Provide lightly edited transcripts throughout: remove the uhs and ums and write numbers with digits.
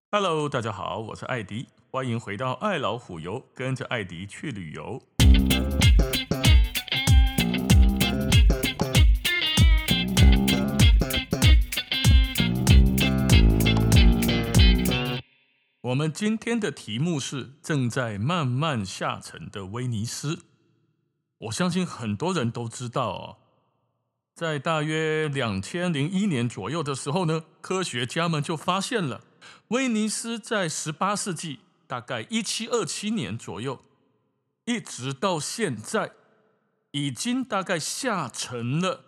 Hello，大家好，我是艾迪，欢迎回到爱老虎游，跟着艾迪去旅游。我们今天的题目是正在慢慢下沉的威尼斯。我相信很多人都知道哦，在大约2001年左右的时候呢，科学家们就发现了威尼斯在18世纪，大概1727年左右，一直到现在，已经大概下沉了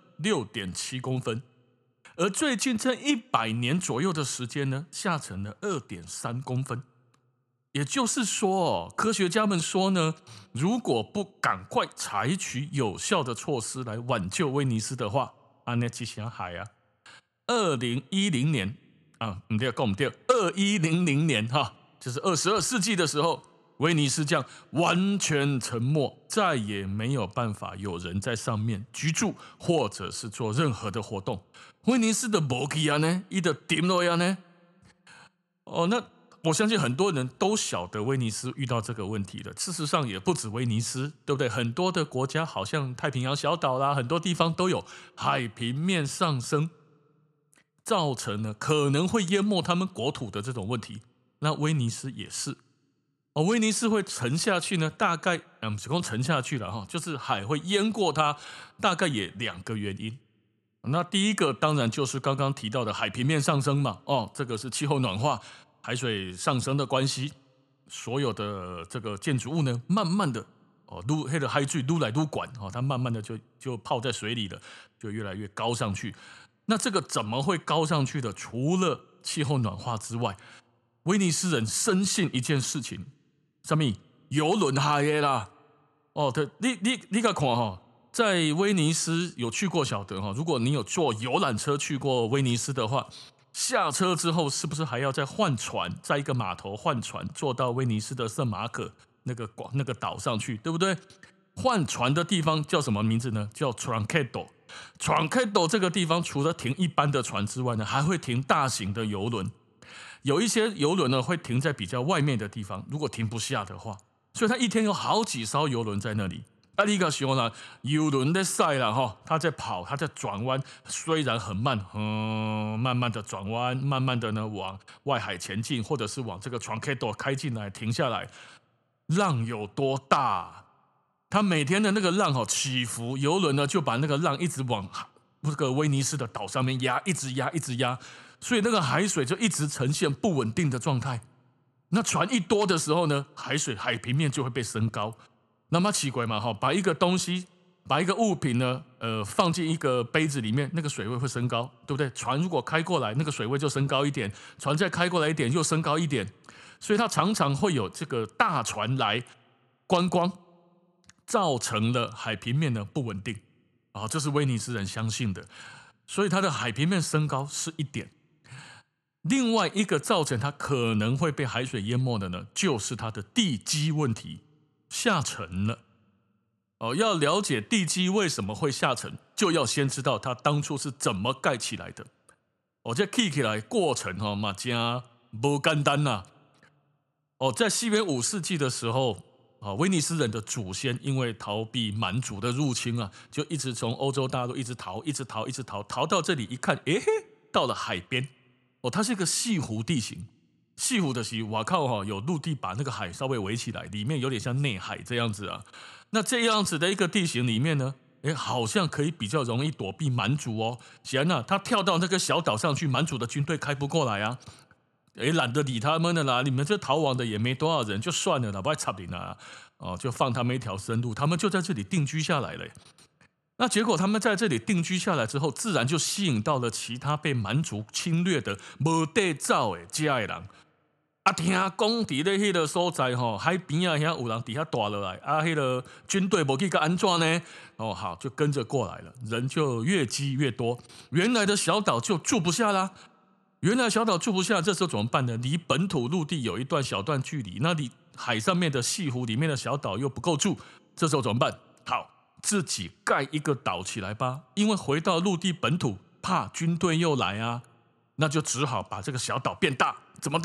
6.7公分，而最近这100年左右的时间呢，下沉了2.3公分。也就是说，科学家们说呢，如果不赶快采取有效的措施来挽救威尼斯的话，那吉祥海啊，2010年不对，讲不对，2100年就是22世纪的时候，威尼斯将完全沉没，再也没有办法有人在上面居住或者是做任何的活动。威尼斯的没去啊呢，伊的沉落呀呢。那我相信很多人都晓得威尼斯遇到这个问题了。事实上也不止威尼斯，对不对？很多的国家，好像太平洋小岛啦，很多地方都有海平面上升，造成了可能会淹没他们国土的这种问题。那威尼斯也是。威尼斯会沉下去呢，大概不是说沉下去了就是海会淹过它，大概也2个原因。那第一个当然就是刚刚提到的海平面上升嘛，这个是气候暖化、海水上升的关系，所有的这个建筑物呢，慢慢的黑的海水撸来撸管它慢慢的就泡在水里了，就越来越高上去。那这个怎么会高上去的？除了气候暖化之外，威尼斯人深信一件事情，什么？游轮海的啦。你看在威尼斯有去过晓得如果你有坐游览车去过威尼斯的话，下车之后是不是还要再换船，在一个码头换船，坐到威尼斯的圣马可那个岛上去，对不对？换船的地方叫什么名字呢？叫 Tronchedo。Tronchedo 这个地方除了停一般的船之外呢，还会停大型的游轮。有一些游轮呢会停在比较外面的地方，如果停不下的话，所以它一天有好几艘游轮在那里。你看想啦，游轮在赛啦它在跑，它在转弯，虽然很慢，慢慢的转弯，慢慢的呢往外海前进，或者是往这个 Tronchedo 开进来，停下来，浪有多大？它每天的那个浪起伏，游轮呢就把那个浪一直往这个威尼斯的岛上面压，一直压，一直压，所以那个海水就一直呈现不稳定的状态。那船一多的时候呢，海平面就会被升高。那么奇怪嘛把一个东西，把一个物品呢放进一个杯子里面，那个水位会升高，对不对？船如果开过来，那个水位就升高一点，船再开过来一点又升高一点，所以它常常会有这个大船来观光，造成了海平面的不稳定这是威尼斯人相信的。所以它的海平面升高是一点，另外一个造成它可能会被海水淹没的呢，就是它的地基问题，下沉了。要了解地基为什么会下沉，就要先知道它当初是怎么盖起来的。这盖起来过程嘛真不简单呐。在西元5世纪的时候，威尼斯人的祖先因为逃避蛮族的入侵就一直从欧洲大陆一直逃，逃到这里一看，到了海边。它是一个西湖地形，西湖的西，哇靠有陆地把那个海稍微围起来，里面有点像内海这样子啊。那这样子的一个地形里面呢，好像可以比较容易躲避蛮族显然他跳到那个小岛上去，蛮族的军队开不过来啊。懒得理他们了啦，你们这逃亡的也没多少人，就算了啦，不要插你啦，就放他们一条生路，他们就在这里定居下来了。那结果他们在这里定居下来之后，自然就吸引到了其他被蛮族侵略的没地走的这的人。听讲伫咧迄个所在海边遐有人底下住落来迄个军队无去个安怎呢？好，就跟着过来了，人就越积越多，原来的小岛就住不下啦。原来小岛住不下，这时候怎么办呢？离本土陆地有一段小段距离，那离海上面的西湖里面的小岛又不够住，这时候怎么办？好，自己盖一个岛起来吧，因为回到陆地本土，怕军队又来啊，那就只好把这个小岛变大。怎么大？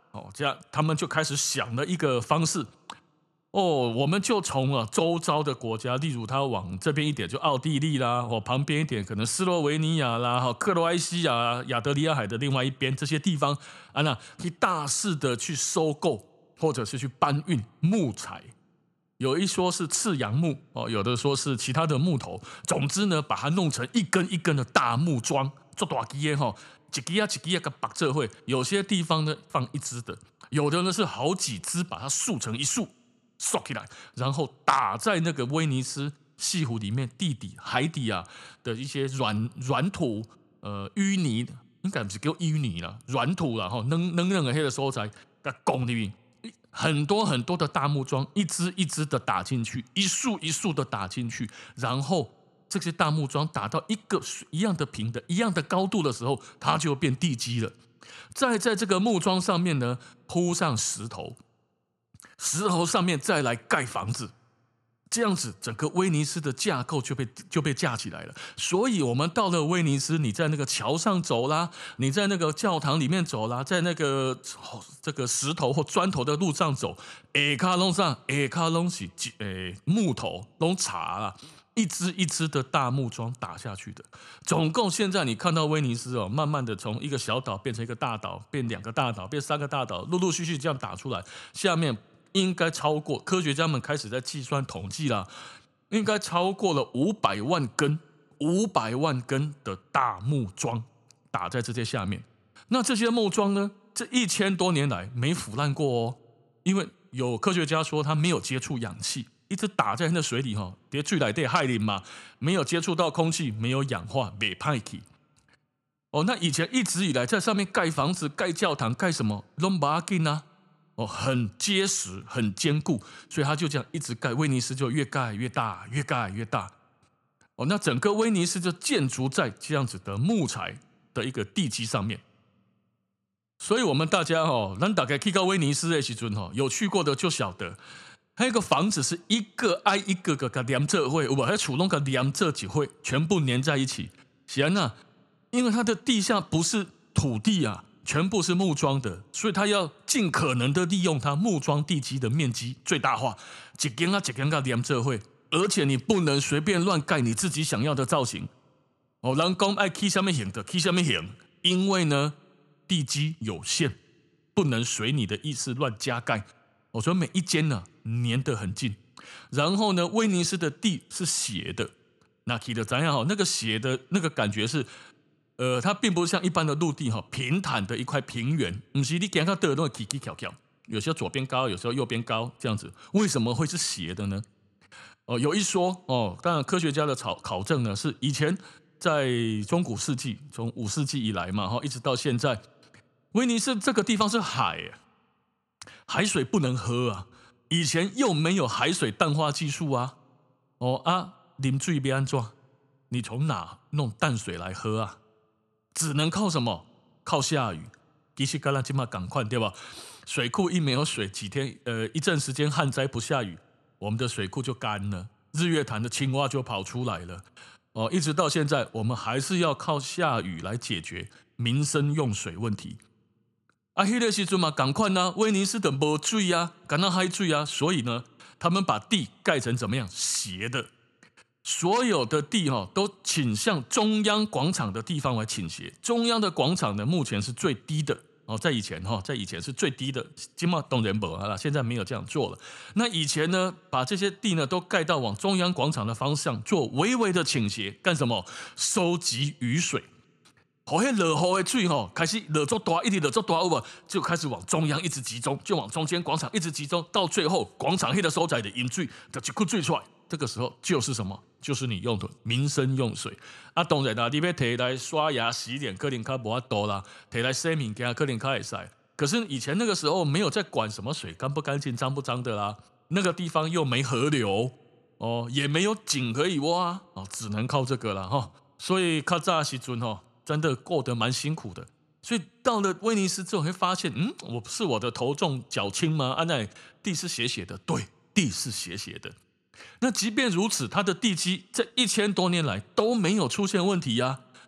这样他们就开始想了一个方式。我们就从周遭的国家，例如他往这边一点就奥地利啦，旁边一点可能斯洛维尼亚啦，克罗埃西亚、亚得里亚海的另外一边这些地方那可以大肆的去收购或者是去搬运木材，有一说是赤杨木有的说是其他的木头，总之呢，把它弄成一根一根的大木桩，做大支的一支一支个绑这会，有些地方呢放一支的，有的呢是好几支，把它竖成一束。收起来，然后打在那个威尼斯西湖里面地底、海底的一些软土、淤泥，应该不是叫淤泥啦，软土啦，扔任何黑的所在，在拱里面很多很多的大木桩，一支一支的打进去，一束一束的打进去，然后这些大木桩打到一个一样的平的、一样的高度的时候，它就变地基了。再在这个木桩上面呢铺上石头。石头上面再来盖房子，这样子整个威尼斯的架构就被架起来了。所以我们到了威尼斯，你在那个桥上走啦，你在那个教堂里面走啦，在那个这个石头或砖头的路上走，下卡拢是木头拢茶啦，一支一支的大木桩打下去的。总共现在你看到威尼斯慢慢的从一个小岛变成一个大岛，变2个大岛，变3个大岛，陆陆续续这样打出来，下面应该超过，科学家们开始在计算统计啦，应该超过了500万根的大木桩打在这些下面。那这些木桩呢，这1000多年来没腐烂过因为有科学家说它没有接触氧气，一直打在那水里在水里面害磷嘛，没有接触到空气，没有氧化，没派去。那以前一直以来在上面盖房子、盖教堂、盖什么都不要紧很结实，很坚固，所以他就这样一直盖，威尼斯就越盖越大，越盖越大。那整个威尼斯就建筑在这样子的木材的一个地基上面。所以我们大家咱大概去到威尼斯的时候有去过的就晓得，还有一个房子是一个挨一个个连这会，有没有？还厝拢个连这几会，全部连在一起。显然因为它的地下不是土地全部是木桩的，所以他要尽可能的利用它木桩地基的面积最大化，一间一间连这会，而且你不能随便乱盖你自己想要的造型。人讲爱起什么形的起什么形，因为呢地基有限，不能随你的意思乱加盖。所以每一间粘得很近。然后呢，威尼斯的地是斜的，那起的怎样那个斜的那个感觉是。它并不是像一般的陆地平坦的一块平原，不是你走到的都会起起翘翘，有时候左边高，有时候右边高，这样子。为什么会是斜的呢？有一说当然科学家的考证呢是以前在中古世纪，从5世纪以来嘛一直到现在，威尼斯这个地方是海水不能喝以前又没有海水淡化技术喝水要怎么？你从哪弄淡水来喝只能靠什么？靠下雨。其实跟咱现在赶快对吧？水库一没有水，一阵时间旱灾不下雨，我们的水库就干了，日月潭的青蛙就跑出来了。一直到现在，我们还是要靠下雨来解决民生用水问题。那个时候嘛，赶快威尼斯的没水干到海水所以呢，他们把地盖成怎么样？斜的。所有的地都倾向中央广场的地方来倾斜。中央的广场呢，目前是最低的在以前是最低的，现在当然没了，现在没有这样做了。那以前呢，把这些地呢都盖到往中央广场的方向做微微的倾斜，干什么？收集雨水。那些落雨的水开始落很大，一直落很大，有没有？就开始往中央一直集中，就往中间广场一直集中，到最后广场那个所在的饮水就一股水出来。这个时候就是什么？就是你用的民生用水当然你要提来刷牙洗脸，可能较没法度啦；提来洗物件，可能较会使。可是以前那个时候没有在管什么水干不干净、脏不脏的啦，那个地方又没河流也没有井可以挖只能靠这个了所以较早时阵真的过得蛮辛苦的。所以到了威尼斯之后，会发现，我的头重脚轻吗？那地是斜斜的，对，地是斜斜的。那即便如此，它的地基这1000多年来都没有出现问题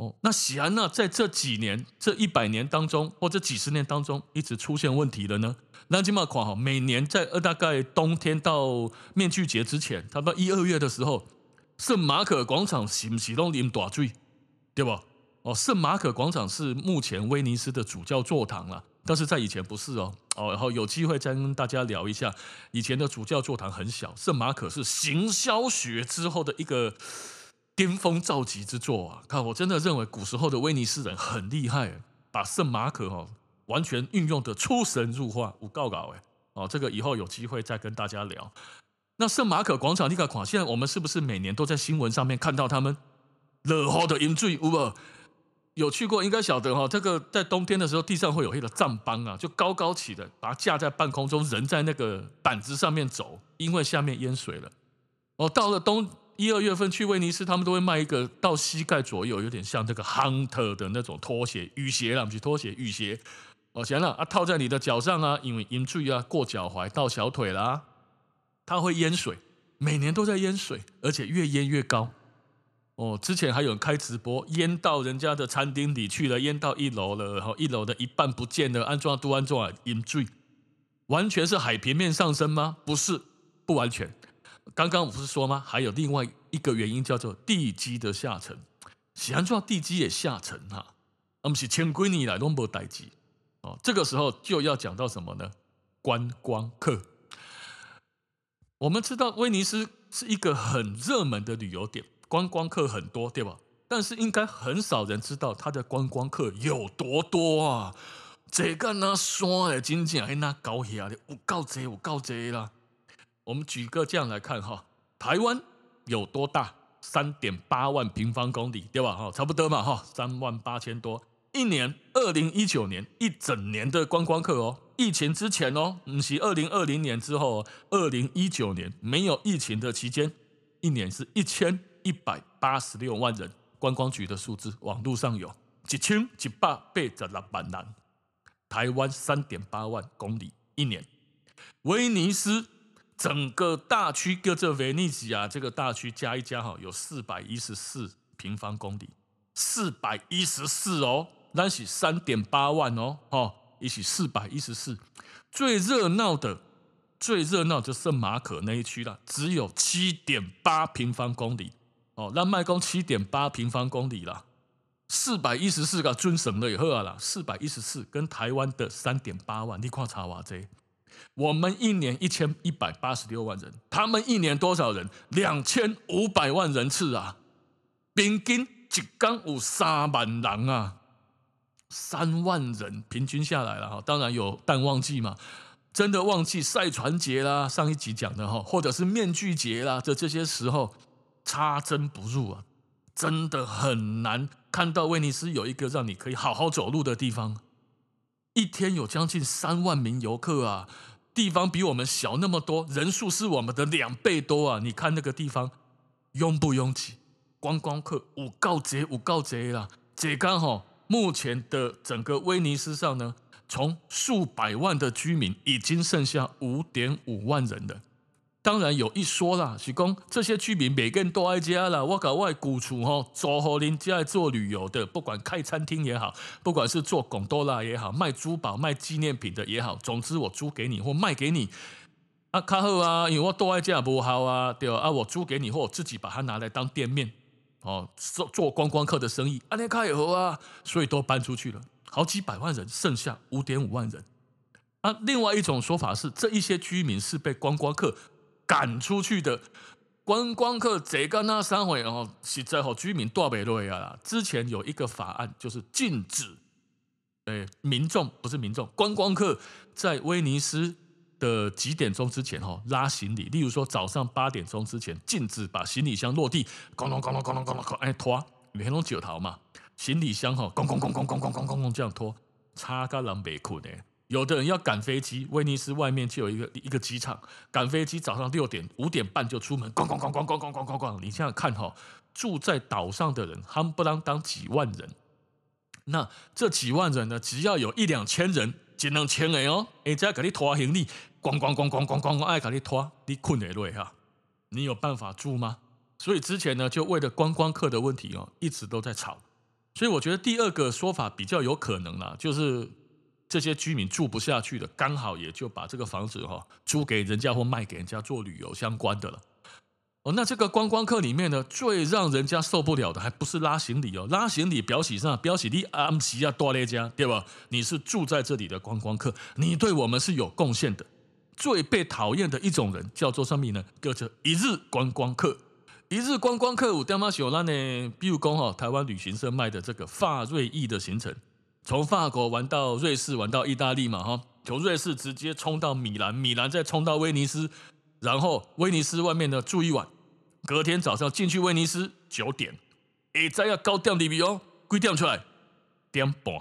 那喜安娜在这几年、这100年当中，或者几十年当中，一直出现问题了呢？那今嘛看每年在大概冬天到面具节之前，差不多1、2月的时候，圣马可广场是不是都淋大水，对吧？圣马可广场是目前威尼斯的主教座堂啦，但是在以前不是哦。然后有机会再跟大家聊一下，以前的主教座堂很小，圣马可是行销学之后的一个巅峰造极之作啊！看，我真的认为古时候的威尼斯人很厉害，把圣马可完全运用的出神入化，有够搞这个以后有机会再跟大家聊。那圣马可广场，你看，现在我们是不是每年都在新闻上面看到他们落雨的饮水，有无？有去过应该晓得这个在冬天的时候，地上会有一个帐邦啊，就高高起的，把它架在半空中，人在那个板子上面走，因为下面淹水了。到了1、2月份去威尼斯，他们都会卖一个到膝盖左右，有点像这个 Hunter 的那种拖鞋，雨鞋啦，不是拖鞋，雨鞋。行了套在你的脚上啊，因为淹水啊，过脚踝到小腿啦，它会淹水，每年都在淹水，而且越淹越高。之前还有人开直播，淹到人家的餐厅里去了，淹到1楼了，然后1楼的一半不见了，安装都安装淹水，完全是海平面上升吗？不是，不完全。刚刚我不是说吗？还有另外一个原因叫做地基的下沉，是安装地基也下沉啊，不是千几年来都没代志。这个时候就要讲到什么呢？观光客。我们知道威尼斯是一个很热门的旅游点。观光客很多，对吧？但是应该很少人知道他的观光客有多多啊！这个那山的真正那高下的有够多，有够多啦。我们举个这样来看哈，台湾有多大？3.8万平方公里，对吧？差不多嘛，38000多。一年，2019年一整年的观光客疫情之前不是2020年之后，2019年没有疫情的期间，一年是1186万人，观光局的数字，网络上有1186万人。台湾3.8万公里一年，威尼斯整个大区叫做威尼斯啊，这个大区加一加有414平方公里，414咱是3.8万一起414。最热闹就圣马可那一区啦，只有7.8平方公里咱卖讲7.8平方公里啦，414个准省了以后啦，414跟台湾的3.8万，你看差多少？我们一年1186万人，他们一年多少人？2500万人次啊，平均一天有3万人啊，3万人平均下来了当然有淡旺季嘛。真的忘记赛船节啦，上一集讲的或者是面具节啦，这些时候插针不入啊，真的很难看到威尼斯有一个让你可以好好走路的地方。一天有将近3万名游客啊，地方比我们小那么多，人数是我们的2倍多啊！你看那个地方拥不拥挤？观光客有够多啦！这刚目前的整个威尼斯上呢，从数百万的居民已经剩下5.5万人了。当然有一说啦，是讲这些居民每个人都爱家啦，我把我的古厝租给人家做旅游的，不管开餐厅也好，不管是做贡多拉也好，卖珠宝卖纪念品的也好，总之我租给你或卖给你啊，较好啊，因为我都爱家不好啊，对啊，我租给你或我自己把它拿来当店面做观光客的生意，那较好啊，所以都搬出去了，好几百万人，剩下5.5万人。另外一种说法是，这一些居民是被观光客赶出去的。观光客这个那三回实在居民住不下来啦。之前有一个法案，就是禁止观光客在威尼斯的几点钟之前拉行李，例如说早上8点钟之前禁止把行李箱落地，咣隆咣隆咣隆咣隆拖，每天都九头嘛，行李箱咣咣咣咣咣咣咣咣这样拖，差到人没困有的人要赶飞机，威尼斯外面就有一个机场，赶飞机早上6点5点半就出门，咣咣咣咣咣咣咣咣咣。你现在看住在岛上的人，夯不啷当几万人。那这几万人呢，只要有1-2千人，1-2千个再给你拖行李，咣咣咣咣咣咣，爱给你拖，你困得累哈？你有办法住吗？所以之前呢，就为了观光客的问题一直都在吵。 所以我觉得第二个说法比较有可能啦，就是这些居民住不下去的，刚好也就把这个房子租给人家或卖给人家做旅游相关的了。那这个观光客里面呢，最让人家受不了的还不是拉行李拉行李表示上表示你暗时啊多那家，对吧？你是住在这里的观光客，你对我们是有贡献的。最被讨厌的一种人叫做什么呢？叫做一日观光客。一日观光客有点嘛像咱呢，比如讲台湾旅行社卖的这个法瑞意的行程，从法国玩到瑞士，玩到意大利嘛从瑞士直接冲到米兰，米兰再冲到威尼斯，然后威尼斯外面呢住一晚，隔天早上进去威尼斯9点，下午要9点入去几点出来？1点半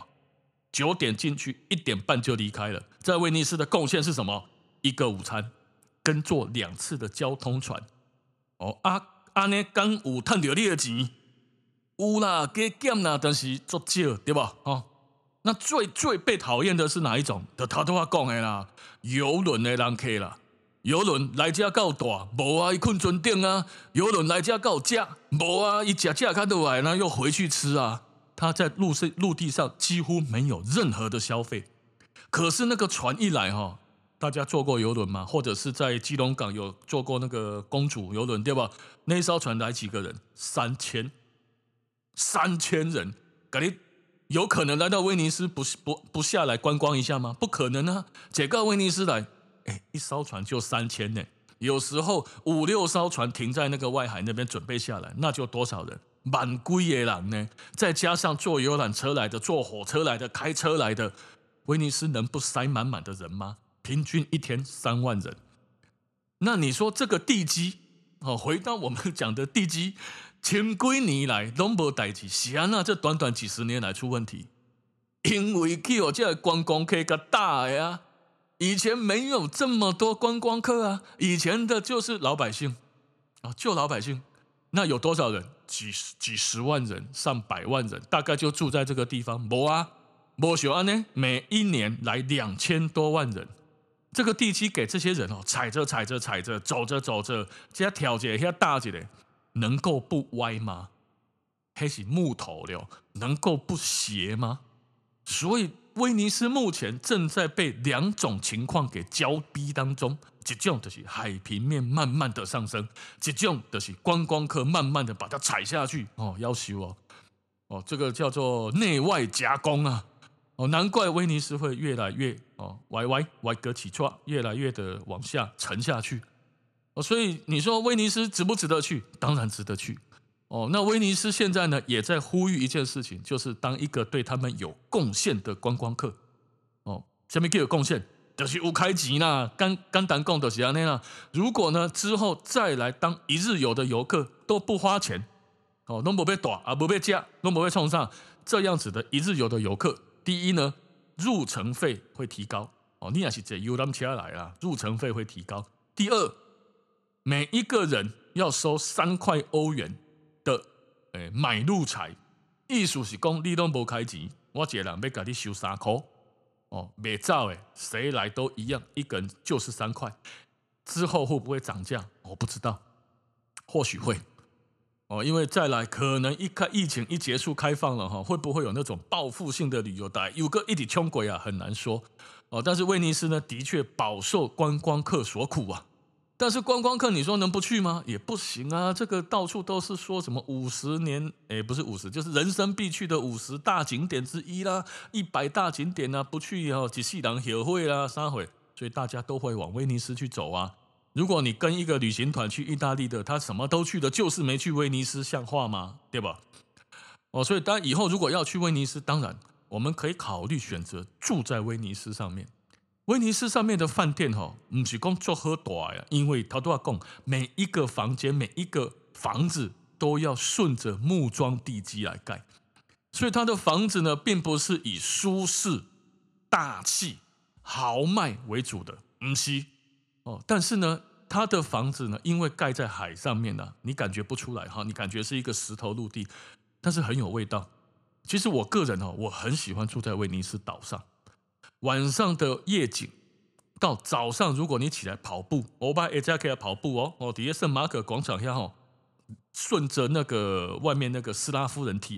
，9点进去，1点半就离开了。在威尼斯的贡献是什么？一个午餐，跟坐2次的交通船。安尼敢有赚到你的钱？有啦，加减啦，但是足少，对吧？那最被讨厌的是哪一种？就头拄我讲的啦，游轮的人客啦。游轮来遮够大，无啊，伊困船顶啊。游轮来遮够食，无啊，伊食较落来，那又回去吃啊。他在陆地上几乎没有任何的消费，可是那个船一来大家坐过游轮吗？或者是在基隆港有坐过那个公主游轮，对吧？那一艘船来几个人？3000人，感觉有可能来到威尼斯不下来观光一下吗？不可能啊！这个威尼斯来，一艘船就3000呢。有时候5、6艘船停在那个外海那边准备下来，那就多少人？满几个人呢？再加上坐游览车来的、坐火车来的、开车来的，威尼斯能不塞满满的人吗？平均一天3万人。那你说这个地基回到我们讲的地基，千几年来都没代志，是啊，那这短短几十年来出问题，因为去这个观光客给打的啊。以前没有这么多观光客啊，以前的就是老百姓就老百姓。那有多少人？几十万人、上百万人，大概就住在这个地方。没啊，没像安呢，每一年来2000多万人。这个地基给这些人踩着，走着，这跳一下，大一下，能够不歪吗？那是木头了，能够不斜吗？所以威尼斯目前正在被2种情况给交逼当中，一种就是海平面慢慢的上升，一种就是观光客慢慢的把它踩下去要求这个叫做内外夹攻啊。难怪威尼斯会越来越歪哥起错，越来越的往下沉下去。所以你说威尼斯值不值得去？当然值得去。那威尼斯现在呢也在呼吁一件事情，就是当一个对他们有贡献的观光客。什么叫有贡献？就是有开钱啦，简单讲就是这样啦。如果呢之后再来当一日游的游客都不花钱，都没被打啊，没被加，都没被冲上，这样子的一日游的游客。第一呢，入城费会提高你也是坐游览车来啦，入城费会提高。第二，每一个人要收3块欧元的买路财，意思是讲你都没开钱，我一个人要给你收3块没走的，谁来都一样，一个人就是3块。之后会不会涨价？我不知道，或许会。因为再来可能疫情一结束开放了会不会有那种报复性的旅游带有个一直冲轨很难说但是威尼斯呢的确饱受观光客所苦啊。但是观光客你说能不去吗？也不行啊，这个到处都是说什么50年不是50，就是人生必去的50大景点之一啦，100大景点不去一世人后悔啦啥会，所以大家都会往威尼斯去走啊。如果你跟一个旅行团去意大利的，他什么都去的，就是没去威尼斯，像话吗？对吧？所以当然以后如果要去威尼斯，当然我们可以考虑选择住在威尼斯上面。威尼斯上面的饭店不是说做很大呀，因为他都要讲每一个房间、每一个房子都要顺着木桩地基来盖，所以他的房子呢，并不是以舒适、大气、豪迈为主的，不是。但是呢，他的房子呢，因为盖在海上面你感觉不出来你感觉是一个石头陆地，但是很有味道。其实我个人我很喜欢住在威尼斯岛上，晚上的夜景到早上，如果你起来跑步，我把大家可以跑步底下圣马可广场下顺着那个外面那个斯拉夫人提案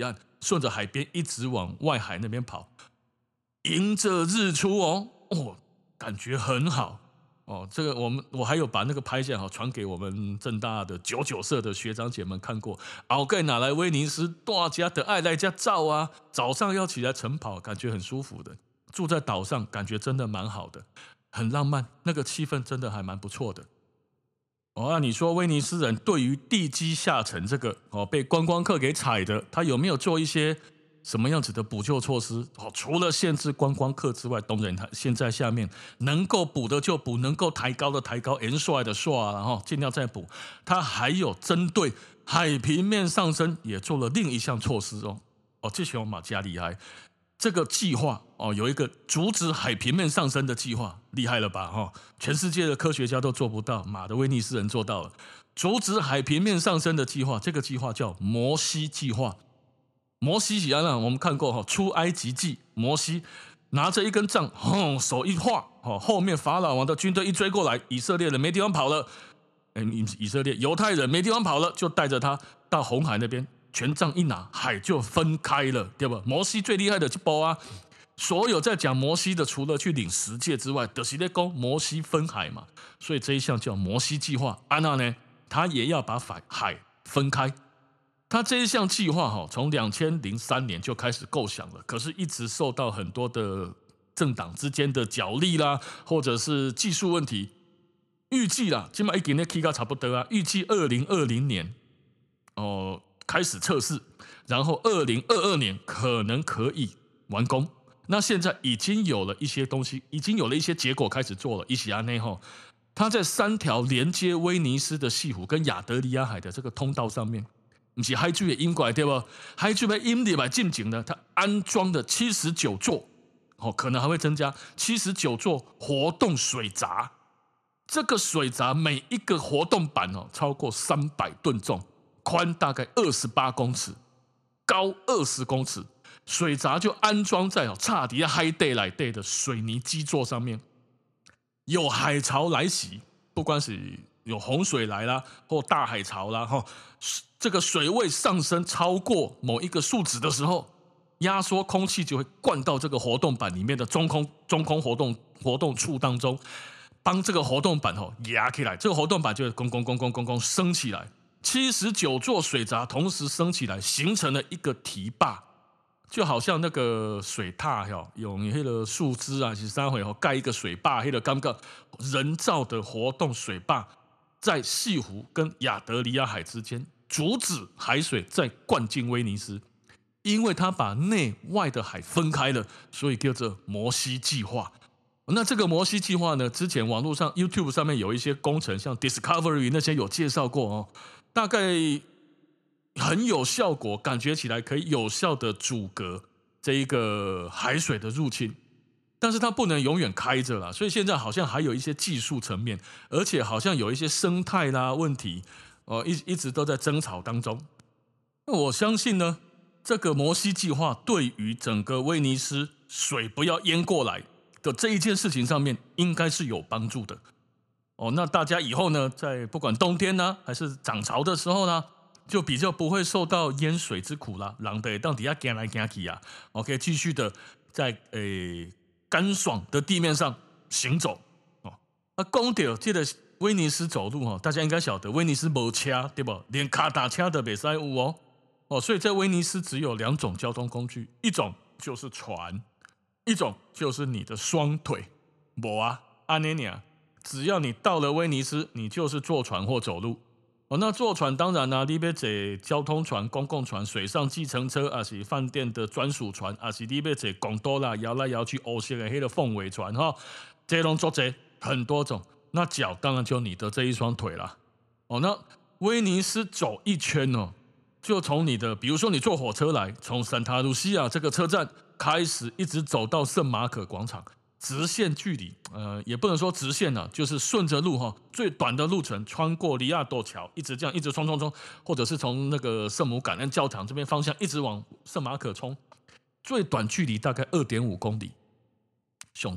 顺着海边一直往外海那边跑，迎着日出感觉很好这个我还有把那个拍下传给我们政大的99社的学长姐们看过。后盖拿来威尼斯，大家的爱来家照啊，早上要起来晨跑，感觉很舒服的。住在岛上，感觉真的蛮好的，很浪漫，那个气氛真的还蛮不错的。那你说威尼斯人对于地基下沉这个被观光客给踩的，他有没有做一些什么样子的补救措施？除了限制观光客之外，当然他现在下面能够补的就补，能够抬高的抬高，延帅的刷，然后尽量再补。他还有针对海平面上升也做了另一项措施这些马加厉害。这个计划有一个阻止海平面上升的计划，厉害了吧全世界的科学家都做不到，马的威尼斯人做到了。阻止海平面上升的计划，这个计划叫摩西计划。摩西是怎样？我们看过出埃及记，摩西拿着一根杖，手一画，后面法老王的军队一追过来，以色列人没地方跑了，犹太人没地方跑了，就带着他到红海那边，权杖一拿，海就分开了，对吧？摩西最厉害的这波啊！所有在讲摩西的，除了去领十诫之外，就是在讲摩西分海嘛，所以这一项叫摩西计划。安娜呢，他也要把海分开。他这一项计划从2003年就开始构想了，可是一直受到很多的政党之间的角力啦，或者是技术问题。预计啦，现在已经起到差不多啊，预计2020年开始测试，然后2022年可能可以完工。那现在已经有了一些东西，已经有了一些结果开始做了。伊西安内它在3条连接威尼斯的西湖跟亚得里亚海的这个通道上面，不是海水的引过来对吧？海水的引入来进行呢，它安装的79座，可能还会增加79座活动水闸。这个水闸每一个活动板超过300吨重，宽大概28公尺，高20公尺。水闸就安装在差底下海底来底的水泥基座上面。有海潮来袭，不管是有洪水来啦，或大海潮啦，这个水位上升超过某一个数值的时候，压缩空气就会灌到这个活动板里面的中空活动处当中，帮这个活动板压起来，这个活动板就会公升起来。79座水闸同时升起来，形成了一个堤坝，就好像那个水塔用那个树枝啊，是啥会盖一个水坝，那个感觉人造的活动水坝在西湖跟亚得里亚海之间，阻止海水再灌进威尼斯，因为它把内外的海分开了，所以叫做摩西计划。那这个摩西计划呢，之前网络上 YouTube 上面有一些工程，像 Discovery 那些有介绍过大概很有效果，感觉起来可以有效的阻隔这一个海水的入侵，但是它不能永远开着啦，所以现在好像还有一些技术层面，而且好像有一些生态啦问题一直都在争吵当中。那我相信呢，这个摩西计划对于整个威尼斯水不要淹过来的这一件事情上面，应该是有帮助的那大家以后呢，在不管冬天呢，还是涨潮的时候呢，就比较不会受到淹水之苦啦，人得到底下行来行去可以继续的在干爽的地面上行走讲到这个威尼斯走路大家应该晓得威尼斯没车对不？连卡达车都没使有所以在威尼斯只有2种交通工具，一种就是船，一种就是你的双腿。没安尼尔，只要你到了威尼斯，你就是坐船或走路那坐船当然你要坐交通船、公共船、水上计程车，还是饭店的专属船，还是你要坐公多啦摇来摇去欧式的那个凤尾船这种做很多种。那脚当然就你的这一双腿啦那威尼斯走一圈就从你的，比如说你坐火车来，从圣塔卢西亚这个车站开始，一直走到圣马可广场，直线距离，也不能说直线就是顺着路最短的路程，穿过里亚多桥，一直这样一直冲，或者是从那个圣母感恩教堂这边方向一直往圣马可冲，最短距离大概2.5公里。兄弟，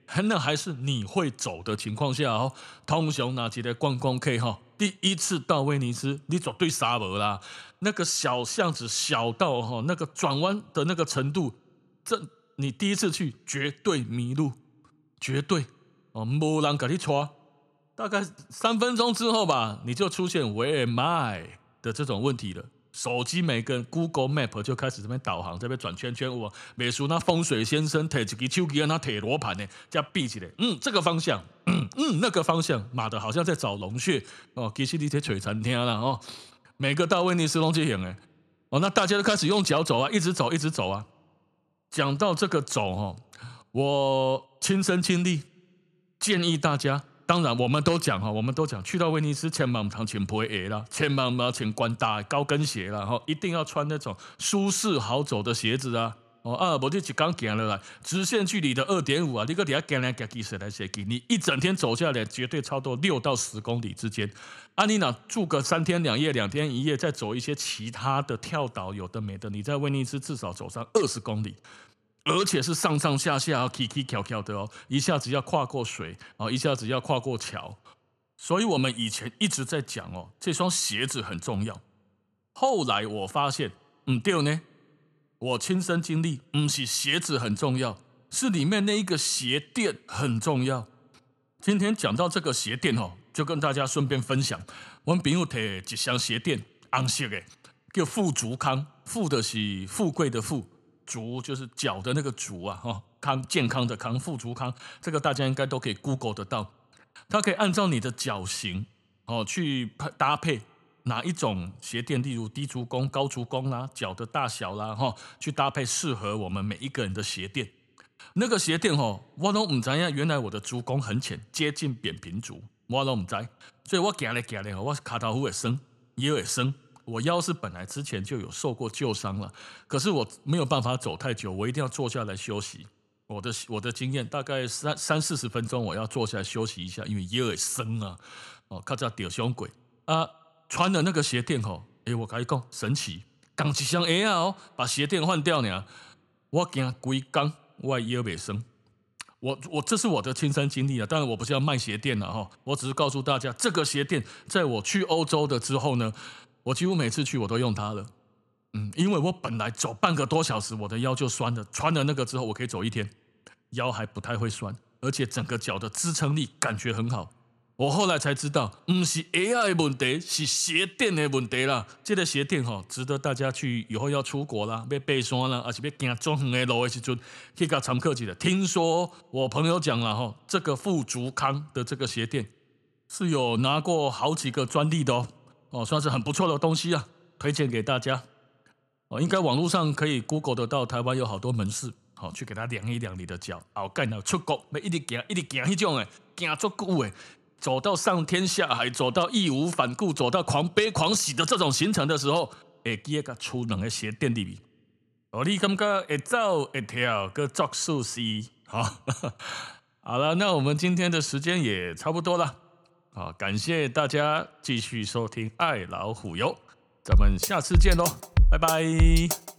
那还是你会走的情况下哦。通常那一个观光客哈，第一次到威尼斯，你绝对傻无啦。那个小巷子小到哈，那个转弯的那个程度，你第一次去绝对迷路，绝对哦，没人给你抓。大概3分钟之后吧，你就出现 Where am I 的这种问题了。手机每个 Google Map 就开始这边导航，这边转圈圈。我美术那风水先生提一支手机，那铁罗盘呢，加闭起来。这个方向，那个方向，妈的，好像在找龙穴哦。其实你在找餐厅啦哦。每个到威尼斯都这样哎哦，那大家都开始用脚走啊，一直走，一直走啊。讲到这个走哦，我亲身经历，建议大家。当然，我们都讲，去到威尼斯千万不要穿皮鞋啦，千万不要穿宽大的高跟鞋啦，一定要穿那种舒适好走的鞋子啊。不就一天行了来，直线距离的2.5啊，你搁底下行来行去，踅来踅去，你一整天走下来，绝对超过6到10公里之间。你哪住个3天2夜、2天1夜，再走一些其他的跳岛，有的没的，你在威尼斯至少走上20公里。而且是上上下下起起跳跳的哦，一下子要跨过水一下子要跨过桥，所以我们以前一直在讲哦，这双鞋子很重要。后来我发现，对呢，我亲身经历，不是鞋子很重要，是里面那一个鞋垫很重要。今天讲到这个鞋垫哦，就跟大家顺便分享，我们朋友摕一箱鞋垫，红色的，叫富足康，富的是富贵的富。足就是脚的那个足啊，康健康的康，富足康，这个大家应该都可以 Google 得到。它可以按照你的脚型去搭配哪一种鞋垫，例如低足弓、高足弓啦，脚的大小啦，去搭配适合我们每一个人的鞋垫。那个鞋垫我都不知道，原来我的足弓很浅，接近扁平足，我都不知道，所以我走来走来，我脚头会酸，腰会酸。我腰是本来之前就有受过旧伤了，可是我没有办法走太久，我一定要坐下来休息。我的经验大概30-40分钟，我要坐下来休息一下，因为腰会酸啊，较早掉伤过啊。穿了那个鞋垫我跟你讲神奇，刚一箱鞋啊把鞋垫换掉呢，我行规工我腰袂酸。我这是我的亲身经历啊，当然我不是要卖鞋垫了我只是告诉大家，这个鞋垫在我去欧洲的之后呢。我几乎每次去我都用它了，因为我本来走半个多小时，我的腰就酸了。穿了那个之后，我可以走1天，腰还不太会酸，而且整个脚的支撑力感觉很好。我后来才知道，不是鞋的问题，是鞋垫的问题啦。这个鞋垫值得大家去以后要出国啦，要爬山啦，还是要行中远的路的时阵，去给参考一下。听说我朋友讲了这个富足康的这个鞋垫是有拿过好几个专利的算是很不错的东西啊，推荐给大家。应该网络上可以 Google 得到，台湾有好多门市，去给他量一量你的脚。干了出国，要一直行那种的，行足久的，走到上天下海，走到义无反顾，走到狂悲狂喜的这种行程的时候，会记得出两个鞋垫里面。你感觉会走会跳，个作数是好了，那我们今天的时间也差不多了。感谢大家继续收听爱老虎油，咱们下次见喽，拜拜。